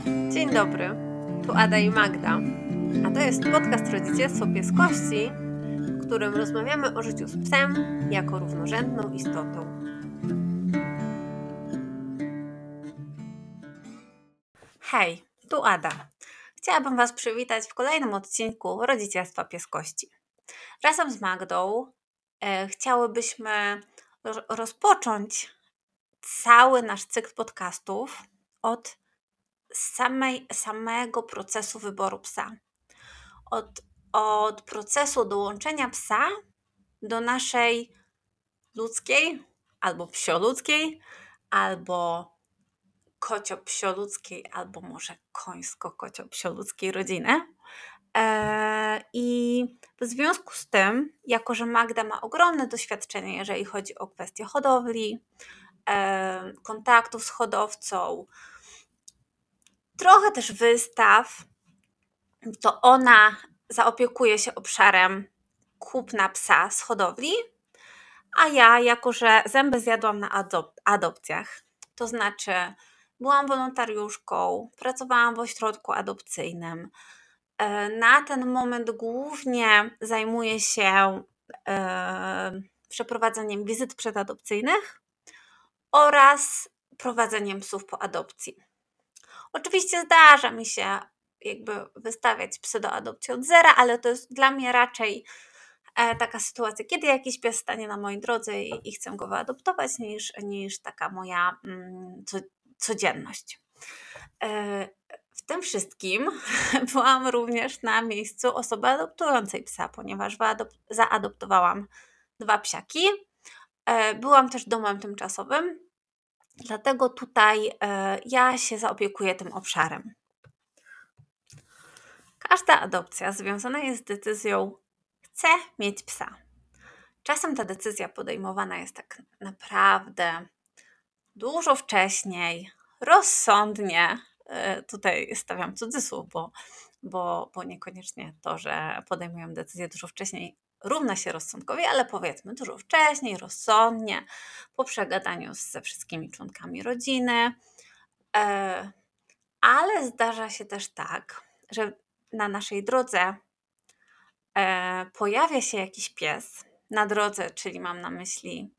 Dzień dobry, tu Ada i Magda, a to jest podcast Rodzicielstwo Pieskości, w którym rozmawiamy o życiu z psem jako równorzędną istotą. Hej, tu Ada. Chciałabym Was przywitać w kolejnym odcinku Rodzicielstwa Pieskości. Razem z Magdą chciałybyśmy rozpocząć cały nasz cykl podcastów od samego procesu wyboru psa. Od procesu dołączenia psa do naszej ludzkiej, albo psioludzkiej, albo kocio-psioludzkiej, albo może końsko-kocio-psioludzkiej rodziny. I w związku z tym, jako że Magda ma ogromne doświadczenie, jeżeli chodzi o kwestie hodowli, kontaktów z hodowcą, trochę też wystaw, to ona zaopiekuje się obszarem kupna psa z hodowli, a ja, jako że zęby zjadłam na adopcjach, to znaczy byłam wolontariuszką, pracowałam w ośrodku adopcyjnym. Na ten moment głównie zajmuję się przeprowadzeniem wizyt przedadopcyjnych oraz prowadzeniem psów po adopcji. Oczywiście zdarza mi się wystawiać psy do adopcji od zera, ale to jest dla mnie raczej taka sytuacja, kiedy jakiś pies stanie na mojej drodze i chcę go wyadoptować, niż taka moja codzienność. W tym wszystkim byłam również na miejscu osoby adoptującej psa, ponieważ zaadoptowałam 2 psiaki. Byłam też domem tymczasowym, dlatego tutaj ja się zaopiekuję tym obszarem. Każda adopcja związana jest z decyzją: chcę mieć psa. Czasem ta decyzja podejmowana jest tak naprawdę dużo wcześniej, rozsądnie. Tutaj stawiam cudzysłów, bo niekoniecznie to, że podejmują decyzję dużo wcześniej, równa się rozsądkowi, ale powiedzmy dużo wcześniej, rozsądnie, po przegadaniu ze wszystkimi członkami rodziny. Ale zdarza się też tak, że na naszej drodze pojawia się jakiś pies na drodze, czyli mam na myśli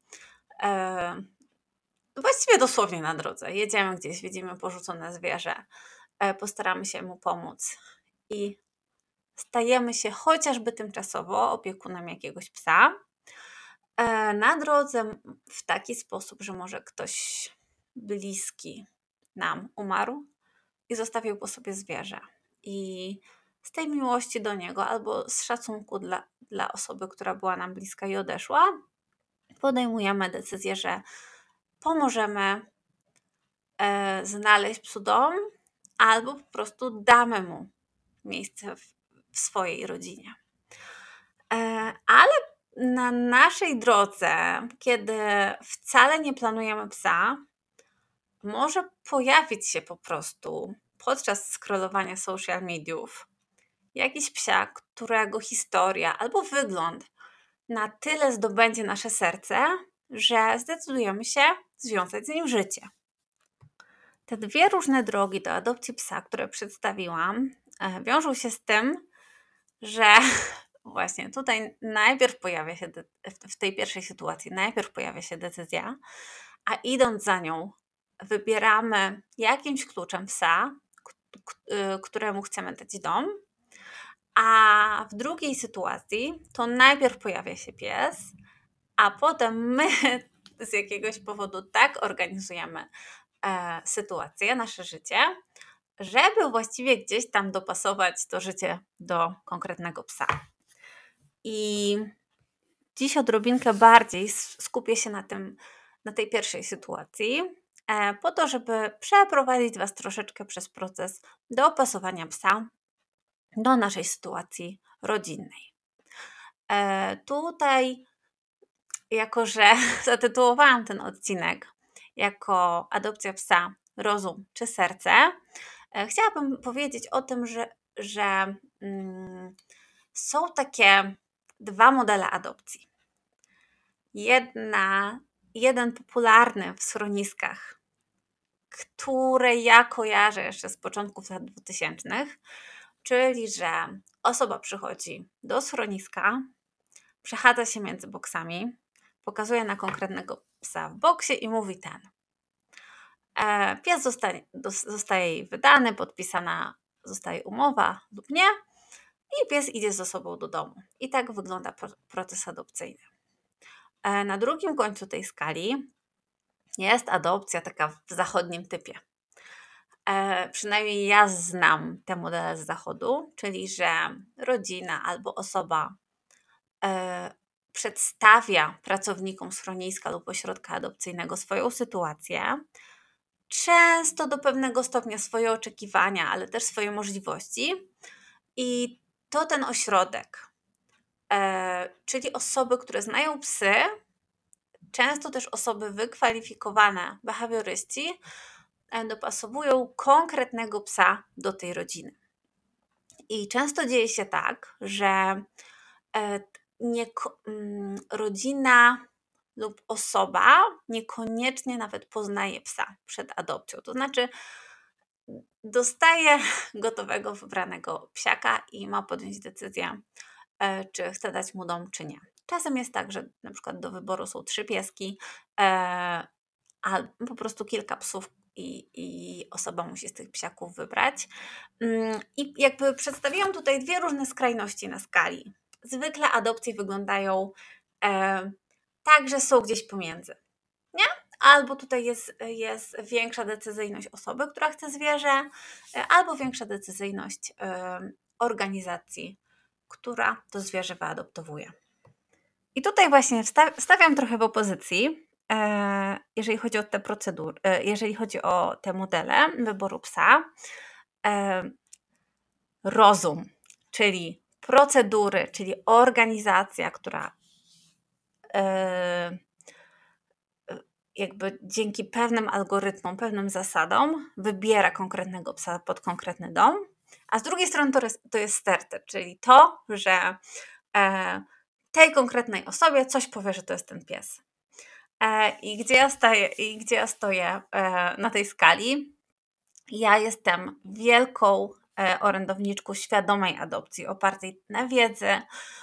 właściwie dosłownie na drodze. Jedziemy gdzieś, widzimy porzucone zwierzę, postaramy się mu pomóc i stajemy się chociażby tymczasowo opiekunem jakiegoś psa na drodze w taki sposób, że może ktoś bliski nam umarł i zostawił po sobie zwierzę. I z tej miłości do niego albo z szacunku dla osoby, która była nam bliska i odeszła, podejmujemy decyzję, że pomożemy znaleźć psu dom albo po prostu damy mu miejsce w swojej rodzinie. Ale na naszej drodze, kiedy wcale nie planujemy psa, może pojawić się po prostu podczas scrollowania social mediów jakiś psiak, którego historia albo wygląd na tyle zdobędzie nasze serce, że zdecydujemy się związać z nim życie. Te 2 różne drogi do adopcji psa, które przedstawiłam, wiążą się z tym, że właśnie tutaj najpierw pojawia się, w tej pierwszej sytuacji najpierw pojawia się decyzja, a idąc za nią wybieramy jakimś kluczem psa, któremu chcemy dać dom, a w drugiej sytuacji to najpierw pojawia się pies, a potem my z jakiegoś powodu tak organizujemy sytuację, nasze życie, żeby właściwie gdzieś tam dopasować to życie do konkretnego psa. I dziś odrobinkę bardziej skupię się na tej pierwszej sytuacji, po to, żeby przeprowadzić Was troszeczkę przez proces dopasowania psa do naszej sytuacji rodzinnej. Tutaj, jako że zatytułowałam ten odcinek jako adopcja psa, rozum czy serce, chciałabym powiedzieć o tym, że są takie 2 modele adopcji. Jeden popularny w schroniskach, które ja kojarzę jeszcze z początków lat 2000, czyli że osoba przychodzi do schroniska, przechadza się między boksami, pokazuje na konkretnego psa w boksie i mówi ten. Pies zostaje jej wydany, podpisana zostaje umowa lub nie i pies idzie z osobą do domu. I tak wygląda proces adopcyjny. Na drugim końcu tej skali jest adopcja taka w zachodnim typie. Przynajmniej ja znam te modele z zachodu, czyli że rodzina albo osoba przedstawia pracownikom schroniska lub ośrodka adopcyjnego swoją sytuację, często do pewnego stopnia swoje oczekiwania, ale też swoje możliwości. I to ten ośrodek, czyli osoby, które znają psy, często też osoby wykwalifikowane, behawioryści, dopasowują konkretnego psa do tej rodziny. I często dzieje się tak, że rodzina lub osoba niekoniecznie nawet poznaje psa przed adopcją. To znaczy dostaje gotowego, wybranego psiaka i ma podjąć decyzję, czy chce dać mu dom, czy nie. Czasem jest tak, że na przykład do wyboru są 3 pieski, albo po prostu kilka psów i osoba musi z tych psiaków wybrać. I jakby przedstawiłam tutaj 2 różne skrajności na skali. Zwykle adopcje wyglądają tak, że są gdzieś pomiędzy, nie? Albo tutaj jest większa decyzyjność osoby, która chce zwierzę, albo większa decyzyjność organizacji, która to zwierzę wyadoptowuje. I tutaj właśnie stawiam trochę w opozycji, jeżeli chodzi o te procedury, jeżeli chodzi o te modele wyboru psa, rozum, czyli procedury, czyli organizacja, która jakby dzięki pewnym algorytmom, pewnym zasadom wybiera konkretnego psa pod konkretny dom, a z drugiej strony to jest starter, czyli to, że tej konkretnej osobie coś powie, że to jest ten pies. I gdzie ja stoję na tej skali? Ja jestem wielką orędowniczką świadomej adopcji, opartej na wiedzy,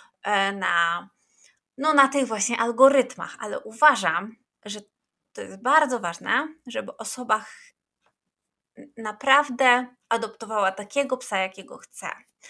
na tych właśnie algorytmach, ale uważam, że to jest bardzo ważne, żeby osoba naprawdę adoptowała takiego psa, jakiego chce.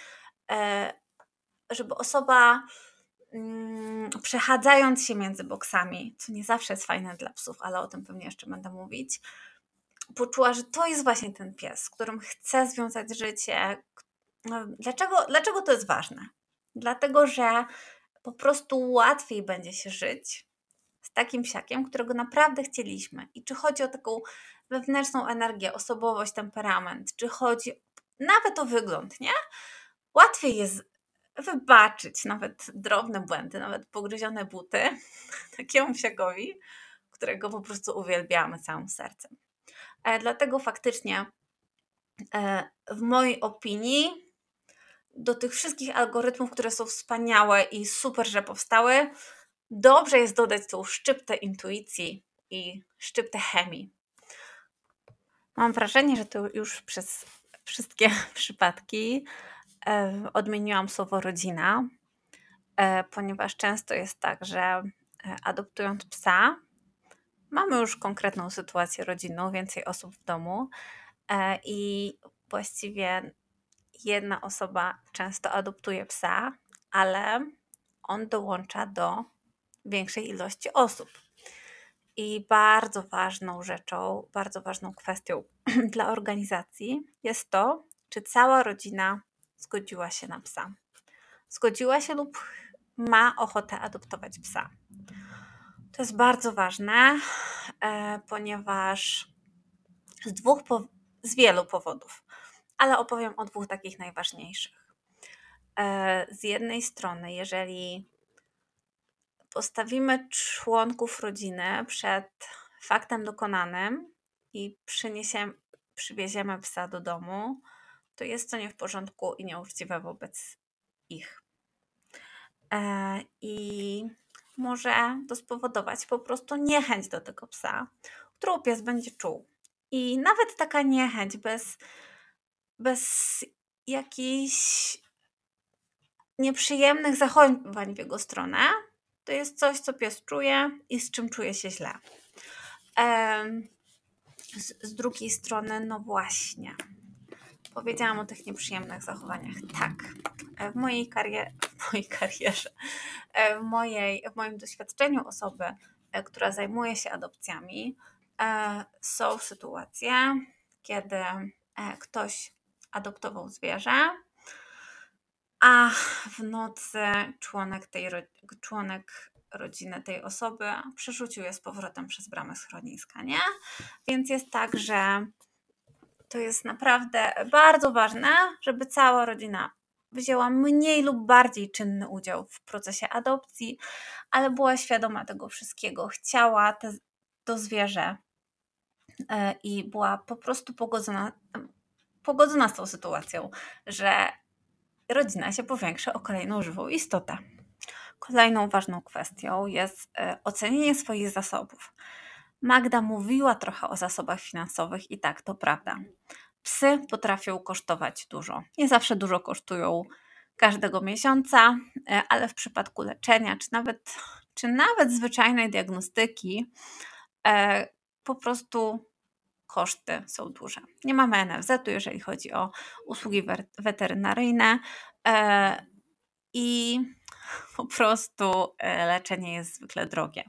Żeby osoba przechadzając się między boksami, co nie zawsze jest fajne dla psów, ale o tym pewnie jeszcze będę mówić, poczuła, że to jest właśnie ten pies, z którym chce związać życie. Dlaczego to jest ważne? Dlatego, że po prostu łatwiej będzie się żyć z takim psiakiem, którego naprawdę chcieliśmy. I czy chodzi o taką wewnętrzną energię, osobowość, temperament, czy chodzi nawet o wygląd, nie? Łatwiej jest wybaczyć nawet drobne błędy, nawet pogryzione buty takiemu psiakowi, którego po prostu uwielbiamy całym sercem. Dlatego faktycznie w mojej opinii do tych wszystkich algorytmów, które są wspaniałe i super, że powstały, dobrze jest dodać tą szczyptę intuicji i szczyptę chemii. Mam wrażenie, że to już przez wszystkie przypadki odmieniłam słowo rodzina, ponieważ często jest tak, że adoptując psa, mamy już konkretną sytuację rodzinną, więcej osób w domu i właściwie jedna osoba często adoptuje psa, ale on dołącza do większej ilości osób. I bardzo ważną rzeczą, bardzo ważną kwestią dla organizacji jest to, czy cała rodzina zgodziła się na psa. Zgodziła się lub ma ochotę adoptować psa. To jest bardzo ważne, ponieważ z wielu powodów, ale opowiem o 2 takich najważniejszych. Z jednej strony, jeżeli postawimy członków rodziny przed faktem dokonanym i przywieziemy psa do domu, to jest to nie w porządku i nieuczciwe wobec ich. I może to spowodować po prostu niechęć do tego psa, którą pies będzie czuł. I nawet taka niechęć bez jakichś nieprzyjemnych zachowań w jego stronę, to jest coś, co pies czuje i z czym czuje się źle. Z drugiej strony, no właśnie, powiedziałam o tych nieprzyjemnych zachowaniach. Tak, w mojej karierze, w moim doświadczeniu osoby, która zajmuje się adopcjami, są sytuacje, kiedy ktoś adoptował zwierzę, a w nocy członek rodziny tej osoby przerzucił je z powrotem przez bramę schroniska, nie? Więc jest tak, że to jest naprawdę bardzo ważne, żeby cała rodzina wzięła mniej lub bardziej czynny udział w procesie adopcji, ale była świadoma tego wszystkiego, chciała to zwierzę i była po prostu pogodzona z tą sytuacją, że rodzina się powiększa o kolejną żywą istotę. Kolejną ważną kwestią jest ocenienie swoich zasobów. Magda mówiła trochę o zasobach finansowych i tak, to prawda. Psy potrafią kosztować dużo. Nie zawsze dużo kosztują każdego miesiąca, ale w przypadku leczenia czy nawet zwyczajnej diagnostyki po prostu koszty są duże. Nie mamy NFZ-u, jeżeli chodzi o usługi weterynaryjne i po prostu leczenie jest zwykle drogie.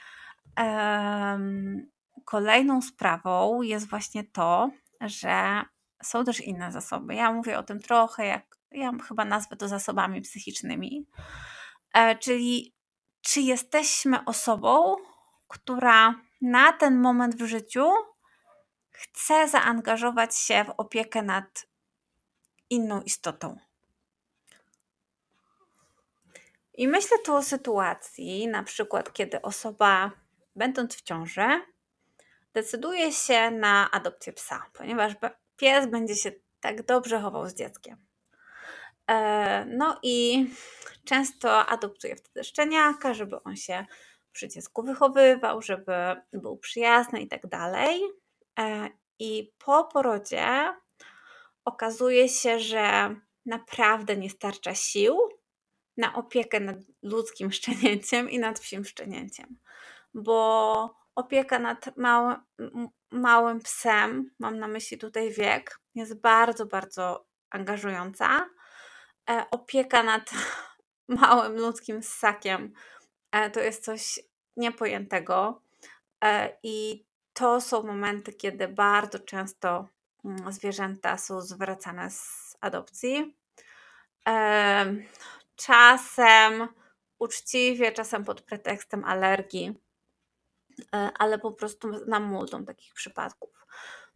Kolejną sprawą jest właśnie to, że są też inne zasoby. Ja mówię o tym trochę, ja chyba nazwę to zasobami psychicznymi, czyli czy jesteśmy osobą, która na ten moment w życiu chce zaangażować się w opiekę nad inną istotą. I myślę tu o sytuacji, na przykład kiedy osoba, będąc w ciąży, decyduje się na adopcję psa, ponieważ pies będzie się tak dobrze chował z dzieckiem. No i często adoptuje wtedy szczeniaka, żeby on się przy dziecku wychowywał, żeby był przyjazny i tak dalej. I po porodzie okazuje się, że naprawdę nie starcza sił na opiekę nad ludzkim szczenięciem i nad psim szczenięciem, bo opieka nad małym psem, mam na myśli tutaj wiek, jest bardzo, bardzo angażująca. Opieka nad małym ludzkim ssakiem to jest coś niepojętego i to są momenty, kiedy bardzo często zwierzęta są zwracane z adopcji. Czasem uczciwie, czasem pod pretekstem alergii, ale po prostu znam multum takich przypadków.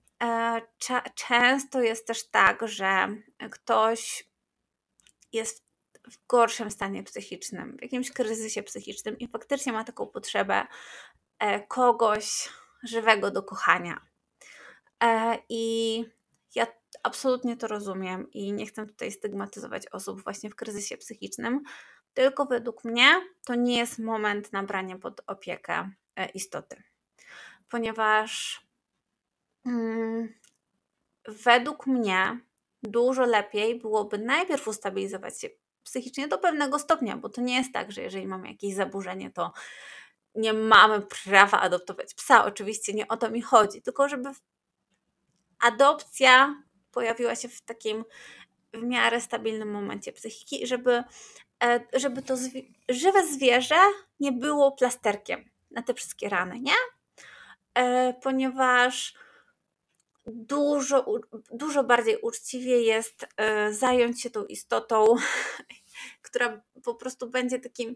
Często jest też tak, że ktoś jest w gorszym stanie psychicznym, w jakimś kryzysie psychicznym i faktycznie ma taką potrzebę kogoś żywego do kochania. I ja absolutnie to rozumiem i nie chcę tutaj stygmatyzować osób właśnie w kryzysie psychicznym, tylko według mnie to nie jest moment na branie pod opiekę istoty, ponieważ według mnie dużo lepiej byłoby najpierw ustabilizować się psychicznie do pewnego stopnia, bo to nie jest tak, że jeżeli mamy jakieś zaburzenie, to nie mamy prawa adoptować psa. Oczywiście nie o to mi chodzi, tylko żeby adopcja pojawiła się w takim w miarę stabilnym momencie psychiki i żeby to żywe zwierzę nie było plasterkiem na te wszystkie rany, nie? Ponieważ dużo bardziej uczciwie jest zająć się tą istotą, która po prostu będzie takim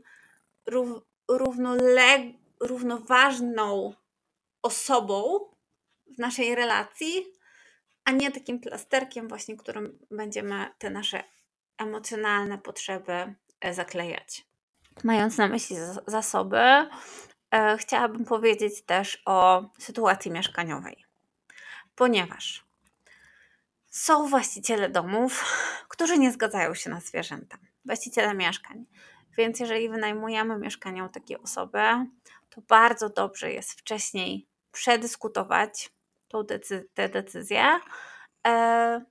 równoważną osobą w naszej relacji, a nie takim plasterkiem właśnie, którym będziemy te nasze emocjonalne potrzeby zaklejać. Mając na myśli zasoby, chciałabym powiedzieć też o sytuacji mieszkaniowej, ponieważ są właściciele domów, którzy nie zgadzają się na zwierzęta, właściciele mieszkań. Więc jeżeli wynajmujemy mieszkanie u takiej osoby, to bardzo dobrze jest wcześniej przedyskutować, te decyzje. E,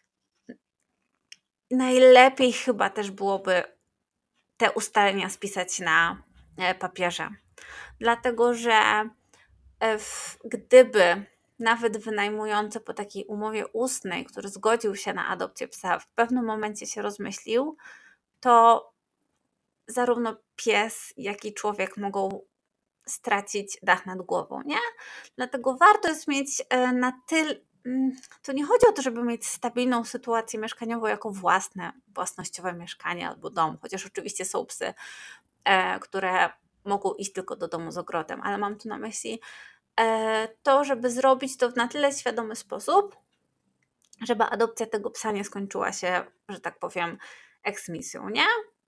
Najlepiej chyba też byłoby te ustalenia spisać na papierze, dlatego że gdyby nawet wynajmujący po takiej umowie ustnej, który zgodził się na adopcję psa, w pewnym momencie się rozmyślił, to zarówno pies, jak i człowiek mogą stracić dach nad głową, nie? Dlatego warto jest mieć na tyle. To nie chodzi o to, żeby mieć stabilną sytuację mieszkaniową jako własnościowe mieszkanie albo dom, chociaż oczywiście są psy, które mogą iść tylko do domu z ogrodem, ale mam tu na myśli to, żeby zrobić to w na tyle świadomy sposób, żeby adopcja tego psa nie skończyła się, że tak powiem, eksmisją, nie?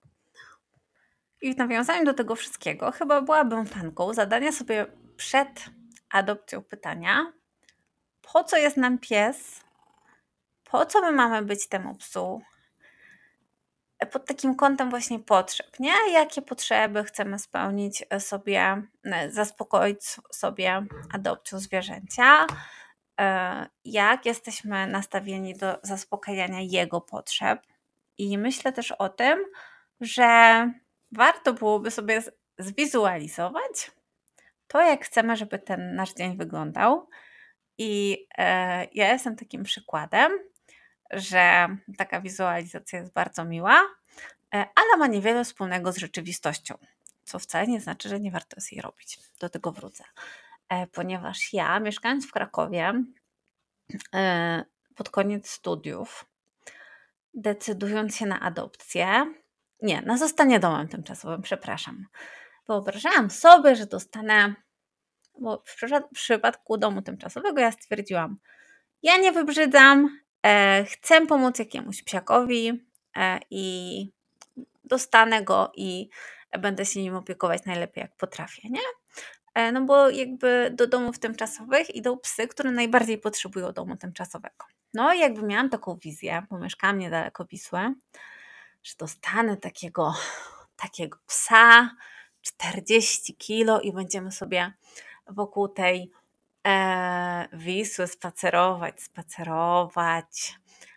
I w nawiązaniu do tego wszystkiego chyba byłabym fanką zadania sobie przed adopcją pytania, po co jest nam pies, po co my mamy być temu psu, pod takim kątem właśnie potrzeb, nie? Jakie potrzeby chcemy spełnić sobie, zaspokoić sobie adopcją zwierzęcia, jak jesteśmy nastawieni do zaspokajania jego potrzeb. I myślę też o tym, że warto byłoby sobie zwizualizować to, jak chcemy, żeby ten nasz dzień wyglądał. I ja jestem takim przykładem, że taka wizualizacja jest bardzo miła, ale ma niewiele wspólnego z rzeczywistością, co wcale nie znaczy, że nie warto jest jej robić. Do tego wrócę. Ponieważ ja, mieszkając w Krakowie, pod koniec studiów, decydując się na adopcję, na zostanie domem tymczasowym, przepraszam. Wyobrażałam sobie, że dostanę, bo w przypadku domu tymczasowego ja stwierdziłam, ja nie wybrzydzam, chcę pomóc jakiemuś psiakowi i dostanę go i będę się nim opiekować najlepiej jak potrafię, nie? No bo jakby do domów tymczasowych idą psy, które najbardziej potrzebują domu tymczasowego. No i jakby miałam taką wizję, bo mieszkałam niedaleko Wisły, że dostanę takiego psa, 40 kilo i będziemy sobie wokół tej Wisły spacerować,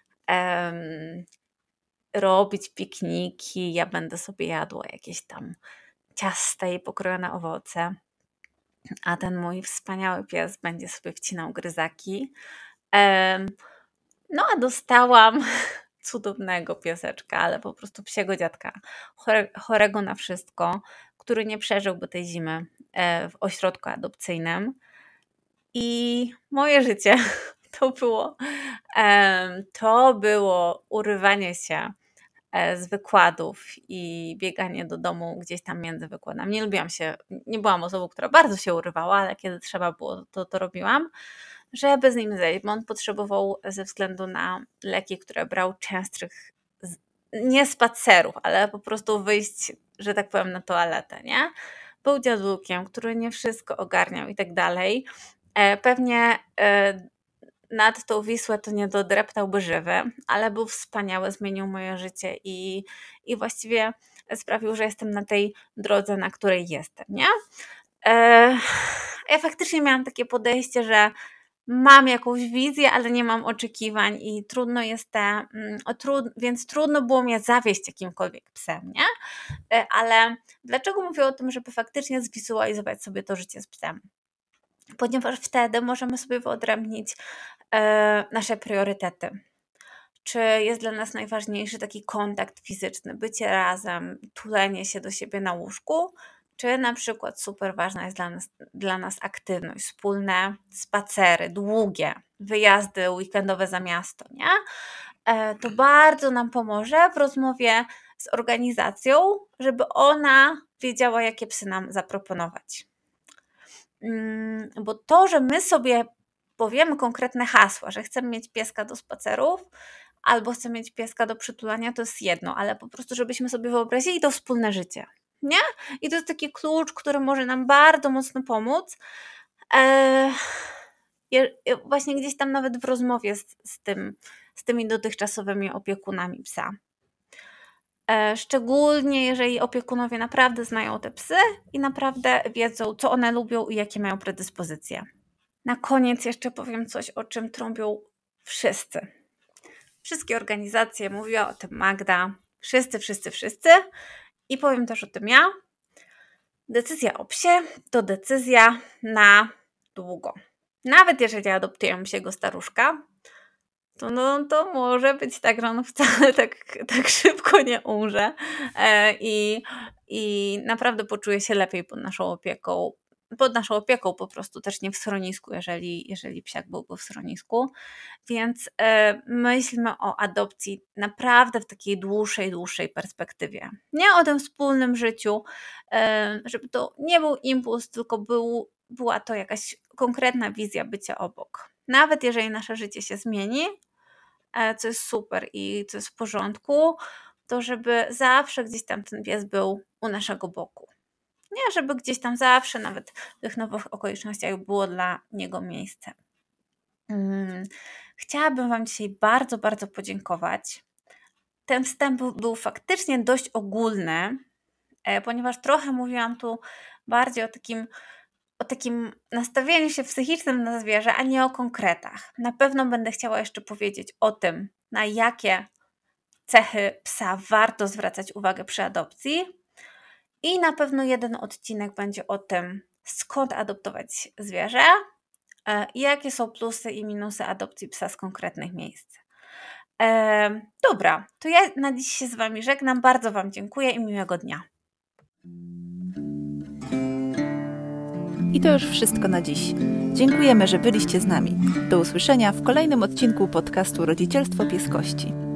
robić pikniki, ja będę sobie jadła jakieś tam ciasta i pokrojone owoce, a ten mój wspaniały pies będzie sobie wcinał gryzaki. No a dostałam cudownego pieseczka, ale po prostu psiego dziadka, chorego na wszystko, który nie przeżyłby tej zimy w ośrodku adopcyjnym. I moje życie to było urywanie się z wykładów i bieganie do domu gdzieś tam między wykładami. Nie byłam osobą, która bardzo się urywała, ale kiedy trzeba było, to robiłam, żeby z nim zejść, bo on potrzebował ze względu na leki, które brał, częstszych nie spacerów, ale po prostu wyjść, że tak powiem, na toaletę, nie? Był dziadulkiem, który nie wszystko ogarniał i tak dalej. Pewnie nad tą Wisłę to nie dodreptałby żywy, ale był wspaniały, zmienił moje życie i właściwie sprawił, że jestem na tej drodze, na której jestem, nie? Ja faktycznie miałam takie podejście, że mam jakąś wizję, ale nie mam oczekiwań i więc trudno było mnie zawieść jakimkolwiek psem, nie? Ale dlaczego mówię o tym, żeby faktycznie zwizualizować sobie to życie z psem? Ponieważ wtedy możemy sobie wyodrębnić nasze priorytety. Czy jest dla nas najważniejszy taki kontakt fizyczny, bycie razem, tulenie się do siebie na łóżku, czy na przykład super ważna jest dla nas aktywność, wspólne spacery, długie wyjazdy weekendowe za miasto, nie? To bardzo nam pomoże w rozmowie z organizacją, żeby ona wiedziała, jakie psy nam zaproponować. Bo to, że my sobie powiemy konkretne hasła, że chcemy mieć pieska do spacerów albo chcemy mieć pieska do przytulania, to jest jedno, ale po prostu żebyśmy sobie wyobrazili to wspólne życie, nie? I to jest taki klucz, który może nam bardzo mocno pomóc. Właśnie gdzieś tam nawet w rozmowie z tymi dotychczasowymi opiekunami psa. Szczególnie jeżeli opiekunowie naprawdę znają te psy i naprawdę wiedzą, co one lubią i jakie mają predyspozycje. Na koniec jeszcze powiem coś, o czym trąbią wszyscy. Wszystkie organizacje, mówiła o tym Magda, wszyscy. I powiem też o tym ja. Decyzja o psie to decyzja na długo. Nawet jeżeli adoptujemy psiego staruszka, to może być tak, że on wcale tak szybko nie umrze i naprawdę poczuje się lepiej pod naszą opieką. Pod naszą opieką po prostu, też nie w schronisku, jeżeli psiak byłby w schronisku. Więc myślmy o adopcji naprawdę w takiej dłuższej perspektywie. Nie o tym wspólnym życiu, żeby to nie był impuls, tylko była to jakaś konkretna wizja bycia obok. Nawet jeżeli nasze życie się zmieni, co jest super i co jest w porządku, to żeby zawsze gdzieś tam ten pies był u naszego boku. Nie, żeby gdzieś tam zawsze, nawet w tych nowych okolicznościach, było dla niego miejsce. Chciałabym Wam dzisiaj bardzo, bardzo podziękować. Ten wstęp był faktycznie dość ogólny, ponieważ trochę mówiłam tu bardziej o takim nastawieniu się psychicznym na zwierzę, a nie o konkretach. Na pewno będę chciała jeszcze powiedzieć o tym, na jakie cechy psa warto zwracać uwagę przy adopcji. I na pewno jeden odcinek będzie o tym, skąd adoptować zwierzę i jakie są plusy i minusy adopcji psa z konkretnych miejsc. Dobra, to ja na dziś się z Wami żegnam. Bardzo Wam dziękuję i miłego dnia. I to już wszystko na dziś. Dziękujemy, że byliście z nami. Do usłyszenia w kolejnym odcinku podcastu Rodzicielstwo Pieskości.